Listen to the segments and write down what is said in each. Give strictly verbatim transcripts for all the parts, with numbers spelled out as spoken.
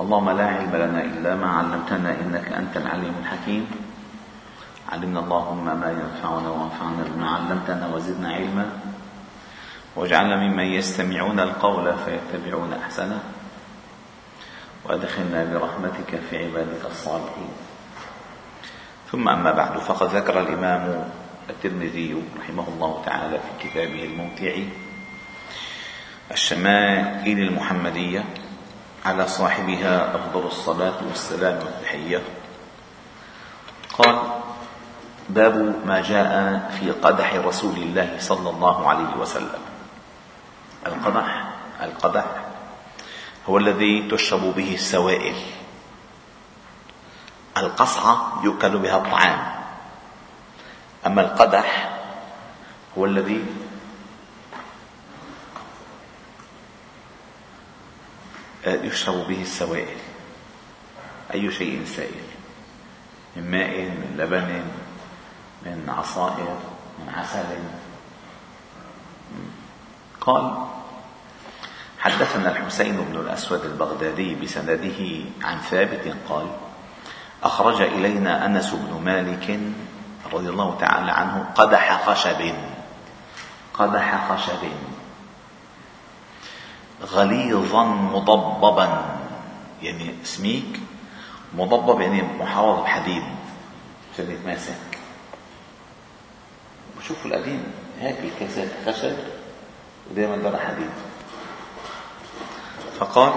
اللهم لا علم لنا إلا ما علمتنا إنك أنت العليم الحكيم. علمنا اللهم ما ينفعنا وانفعنا بما علمتنا وزدنا علما، واجعلنا ممن يستمعون القول فيتبعون أحسنه، وأدخلنا برحمتك في عبادك الصالحين. ثم أما بعد، فقد ذكر الإمام الترمذي رحمه الله تعالى في كتابه الممتع الشمائل المحمدية على صاحبها أفضل الصلاة والسلام والتحية، قال: باب ما جاء في قدح رسول الله صلى الله عليه وسلم. القدح القدح هو الذي تشرب به السوائل. القصعة يؤكل بها الطعام، أما القدح هو الذي يشرب به السوائل، أي شيء سائل، من ماء، من لبن، من عصائر، من عسل. قال: حدثنا الحسين بن الأسود البغدادي بسنده عن ثابت قال: أخرج إلينا أنس بن مالك رضي الله تعالى عنه قدح خشب قدح خشب غليظا مضببا، يعني سميك، مضبب يعني محاوط بحديد عشان يتماسك. بشوفوا القديم هيك الكاسات خشب ودائما دار حديد. فقال: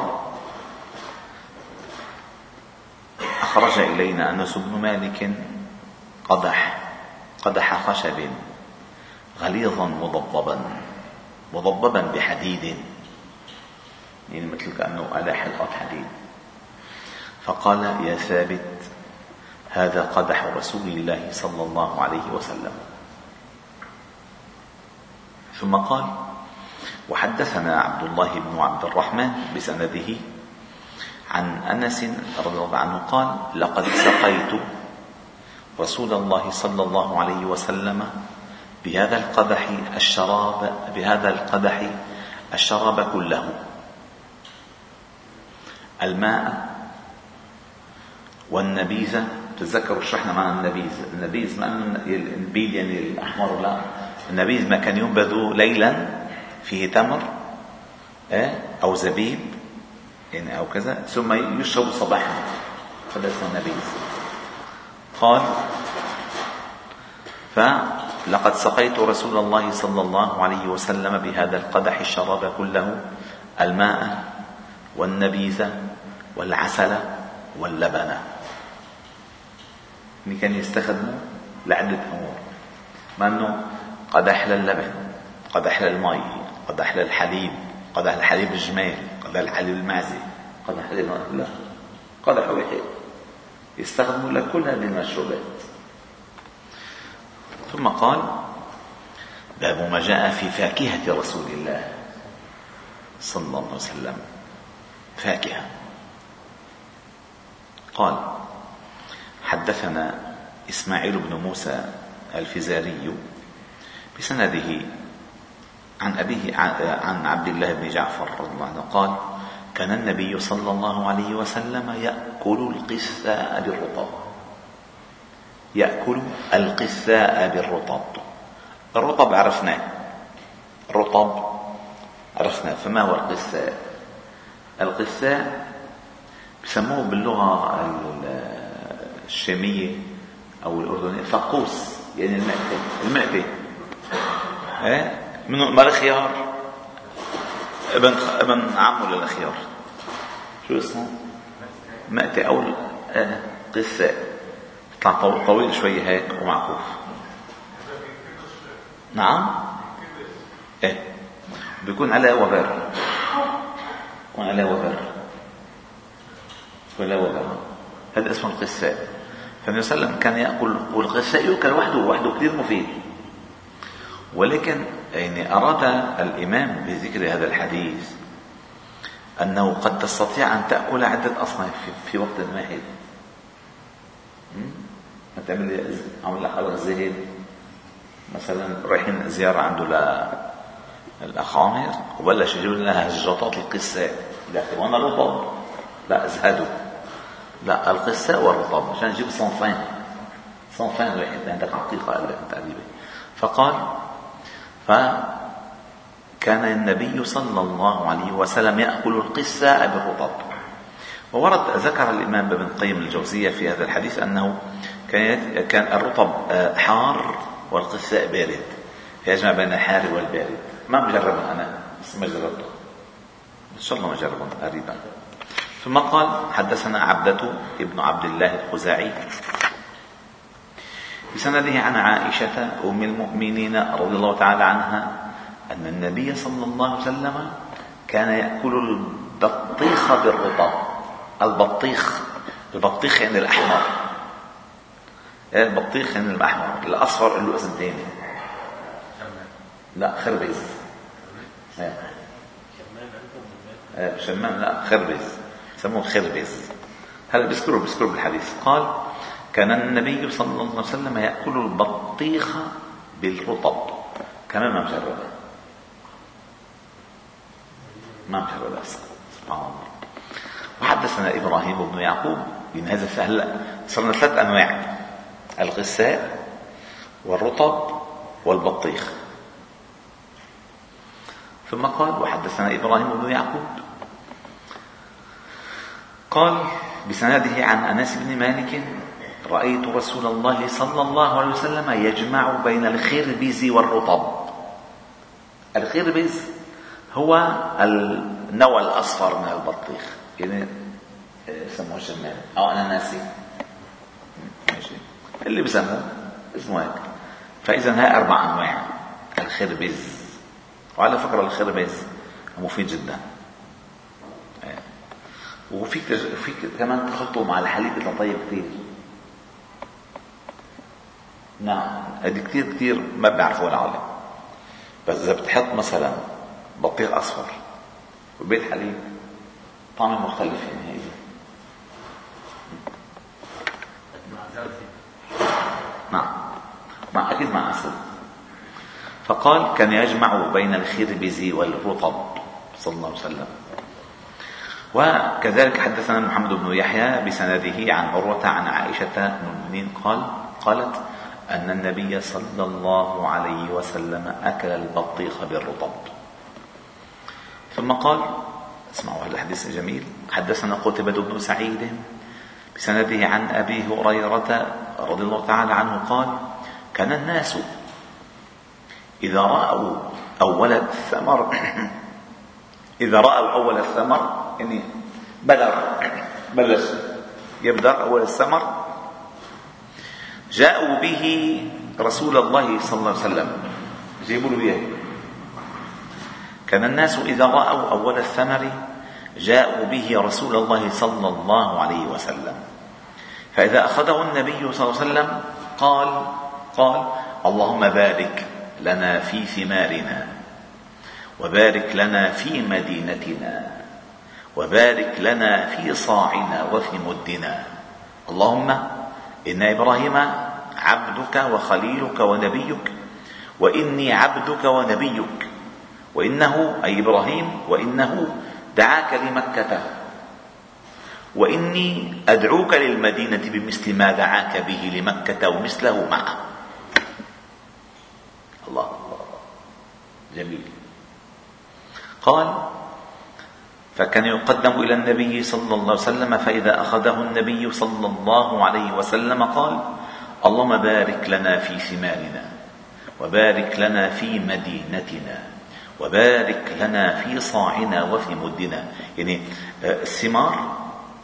أخرج إلينا أنس بن مالك قدح قدح خشب غليظا مضببا مضببا بحديد، يعني مثل كأنه على حلقة حديد. فقال: يا ثابت، هذا قدح رسول الله صلى الله عليه وسلم. ثم قال: وحدثنا عبد الله بن عبد الرحمن بسنده عن أنس رضي الله عنه قال: لقد سقيت رسول الله صلى الله عليه وسلم بهذا القدح الشراب بهذا القدح الشراب كله، الماء والنبيذ. تذكروا شرحنا معنى النبيذ. النبيذ ما النبيذ يعني الأحمر، لا، النبيذ ما كان ينبذ ليلا فيه تمر أو زبيب يعني أو كذا، ثم يشرب صباحا، هذا اسمه النبيذ. قال: فلقد سقيت رسول الله صلى الله عليه وسلم بهذا القدح الشراب كله، الماء والنبيذ والعسل واللبن. يعني كان يستخدموا لعدة أمور، ما أنه قدح للبن، قدح للمي، قدح للحليب، قدح للحليب الجمال، قدح للحليب المعزة، قدح للماء، لا، قدح واحد يستخدموا لكل هذه المشروبات. ثم قال: باب ما جاء في فاكهة رسول الله صلى الله عليه وسلم. فاكهة. قال: حدثنا إسماعيل بن موسى الفزاري بسنده عن أبيه عن عبد الله بن جعفر رضي الله عنه قال: كان النبي صلى الله عليه وسلم يأكل القثاء بالرطب يأكل القثاء بالرطب. الرطب عرفناه، الرطب عرفناه، فما هو القثاء؟ القثاء بسموه باللغة الشامية أو الأردنية فقوس، يعني المأتة المأتة منه مال خيار، ابن ابن عمه للخيار، شو اسمه؟ مأتة أو قثاء، يطلع طويل شوية هيك ومعكوف. نعم، ايه، بيكون عليه وبر، بيكون عليه وبر، بيكون عليه وبر، هذا اسمه القثاء. فالنبي صلى الله عليه وسلم كان يأكل، والقثاء يؤكل وحده، وحده كثير مفيد. ولكن يعني أراد الإمام بذكر هذا الحديث أنه قد تستطيع أن تأكل عدة أصناف في وقت واحد. ما تعمل لي عمل لك حلقة زهد مثلا، رايحين زيارة عنده للأخ عامر وبلش يجيب لنا هجاطات القثاء، لكن وانا رطب لا ازهدوا، لا القساء والرطب عشان نجيب صنفين، صنفين واحد عندك حقيقة تقريبا. فقال فكان النبي صلى الله عليه وسلم يأكل القساء بالرطب. وورد ذكر الإمام ابن القيم الجوزية في هذا الحديث أنه كان كان الرطب حار والقساء بارد، يجمع بين الحار والبارد. ما مجربه أنا بس ما جربته، إن شاء الله مجربه قريبا. ثم قال حدثنا عبدة ابن عبد الله الخزاعي بسنده عن عائشة أم المؤمنين رضي الله تعالى عنها أن النبي صلى الله عليه وسلم كان يأكل البطيخ بالرطب. البطيخ البطيخ يعني الأحمر، البطيخ يعني الأحمر، الأصفر له اسم ثاني، لا خربز، شمام لا خربز، يسموه خربز. هذا بيذكروا بيذكروا بالحديث. قال كان النبي صلى الله عليه وسلم يأكل البطيخ بالرطب. كمان ما مجربه، ما مجربه سبحان الله. وحدثنا إبراهيم بن يعقوب بن هذا فهلا صرنا ثلاث أنواع: القساء والرطب والبطيخ. ثم قال وحدثنا إبراهيم بن يعقوب قال بسنده عن أنس بن مالك رأيت رسول الله صلى الله عليه وسلم يجمع بين الخربز والرطب. الخربز هو النوى الأصفر من البطيخ، يعني يسموه شمام أو أنا ناسي ماشي اللي بسموه اسمه هيك. فإذا هاي أربع أنواع الخربز. وعلى فكرة الخربز مفيد جدا، وفيك فيك كمان تخلطه مع الحليب يطلع طيب كثير. نعم هذه كثير كثير ما بيعرفوها العالم، بس إذا بتحط مثلا بطيخ أصفر وبيت حليب طعمه مختلف يعني هي. نعم مع أكيد مع أصل. فقال كان يجمع بين الخربز والرطب صلى الله عليه وسلم. وكذلك حدثنا محمد بن يحيى بسنده عن عروة عن عائشة أم المؤمنين قال قالت أن النبي صلى الله عليه وسلم أكل البطيخ بالرطب. ثم قال اسمعوا هذا الحديث الجميل. حدثنا قتيبة بن سعيد بسنده عن أبي هريرة رضي الله تعالى عنه قال كان الناس إذا رأوا أول الثمر إذا رأوا أول الثمر يعني بدر بلش يبدر أول الثمر جاءوا به رسول الله صلى الله عليه وسلم، جيبوا له إياه. كان الناس إذا رأوا أول الثمر جاءوا به رسول الله صلى الله عليه وسلم، فإذا أخذه النبي صلى الله عليه وسلم قال قال اللهم بارك لنا في ثمارنا، وبارك لنا في مدينتنا، وبارك لنا في صاعنا وفي مدنا. اللهم إن إبراهيم عبدك وخليلك ونبيك، وإني عبدك ونبيك، وإنه أي إبراهيم وإنه دعاك لمكة، وإني أدعوك للمدينة بمثل ما دعاك به لمكة ومثله معه. الله جميل. قال فكان يقدم إلى النبي صلى الله عليه وسلم، فإذا أخذه النبي صلى الله عليه وسلم قال اللهم بارك لنا في ثمارنا، وبارك لنا في مدينتنا، وبارك لنا في صاعنا وفي مدنا. يعني الثمار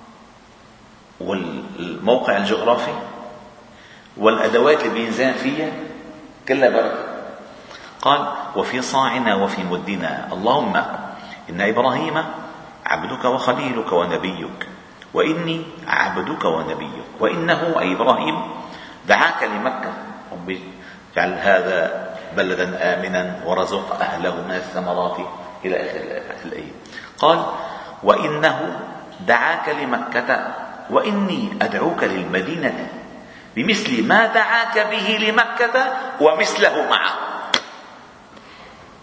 والموقع الجغرافي والأدوات اللي بينزان فيها كلها بركة. قال وفي صاعنا وفي مدنا. اللهم إن إبراهيم عبدك وخليلك ونبيك، وإني عبدك ونبيك، وإنه أي إبراهيم دعاك لمكة، رب اجعل هذا بلدا آمنا ورزق أهله من الثمرات إلى آخر الآية. قال وإنه دعاك لمكة، وإني أدعوك للمدينة بمثل ما دعاك به لمكة ومثله معه.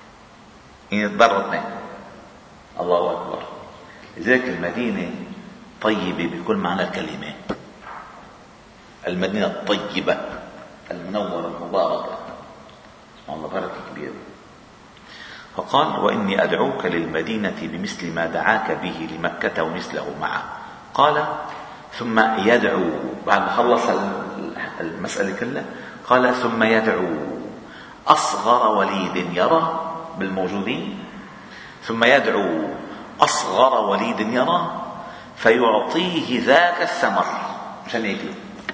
إن تضرتنا الله أكبر. لذلك المدينة طيبة بكل معنى الكلمة، المدينة الطيبة المنورة المباركة، الله بركة كبيرة. فقال: وإني أدعوك للمدينة بمثل ما دعاك به لمكة ومثله معه. قال: ثم يدعو، بعد ما خلص المسألة كلها قال: ثم يدعو أصغر وليد يرى بالموجودين، ثم يدعو أصغر وليد يرى فيعطيه ذاك الثمر مشان يأكله.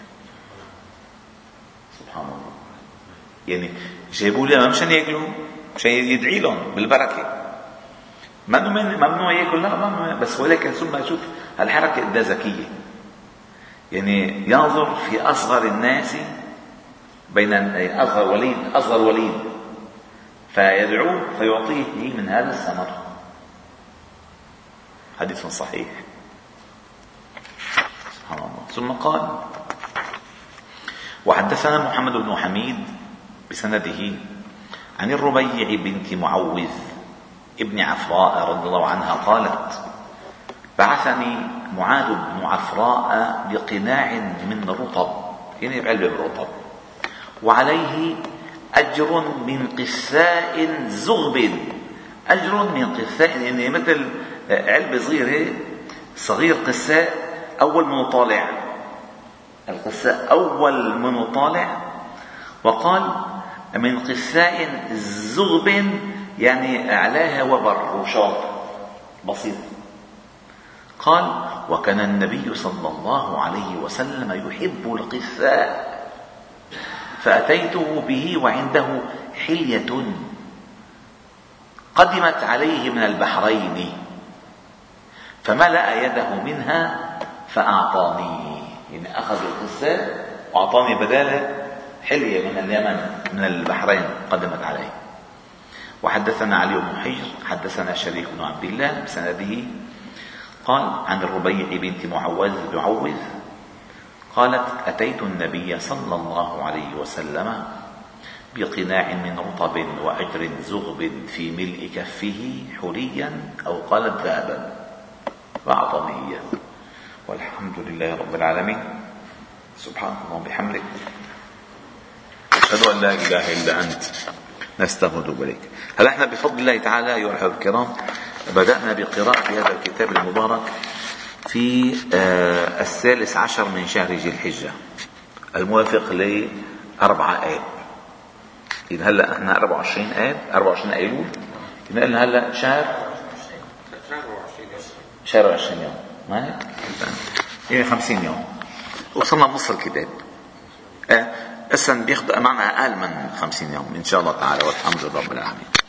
سبحان الله، يعني جايبوا لي مشان يأكلوا، مشان يدعي لهم بالبركة. ممنوع يأكل، لا ممنوع، بس ولكن ثم شوف الحركة قد ذكية، يعني ينظر في أصغر الناس بين أصغر وليد أصغر وليد فيدعوه فيعطيه من هذا الثمر. حديث صحيح. سبحان الله. ثم قال: وحدثنا محمد بن حميد بسنده عن الربيع بنت معوذ ابن عفراء رضي الله عنها قالت: بعثني معاذ بن عفراء بقناع من رطب، يعني بعلبة بالرطب، وعليه أجر من قثاء زغب. أجر من قثاء يعني مثل علبة صغيرة، صغير قثاء أول من طالع، القثاء أول من طالع. وقال: من قثاء زغب يعني أعلاها وبر وشاط بسيط. قال: وكان النبي صلى الله عليه وسلم يحب القثاء، فأتيته به وعنده حلية قدمت عليه من البحرين، فملأ يده منها فأعطاني، يعني أخذ القثاء وأعطاني بداله حلية من اليمن من البحرين قدمت عليه. وحدثنا علي بن حجر حدثنا شريك بن عبد الله بسنده قال: عن الربيع بنت معوذ معوذ قالت: أتيت النبي صلى الله عليه وسلم بقناع من رطب وأجر زغب في ملء كفه حليا أو قالت ذهبا، فأعطاني إياه. والحمد لله رب العالمين. سبحانك اللهم وبحمدك، أشهد أن لا إله إلا أنت، نستغفرك إليك. هل احنا بفضل الله تعالى أيها الأحبة الكرام بدأنا بقراءة هذا الكتاب المبارك في آه الثالث عشر من شهر ذي الحجة الموافق لأربعة آب. إذا هلا احنا أربعة وعشرين آب، أربعة وعشرين أيلول، إذا لنا هلا شهر شهر وعشرين يوم، ما هيك؟ يعني خمسين يوم وصلنا بنص الكتاب. آه، أسن بياخد معنا أقل من خمسين يوم إن شاء الله تعالى، والحمد لله رب العالمين.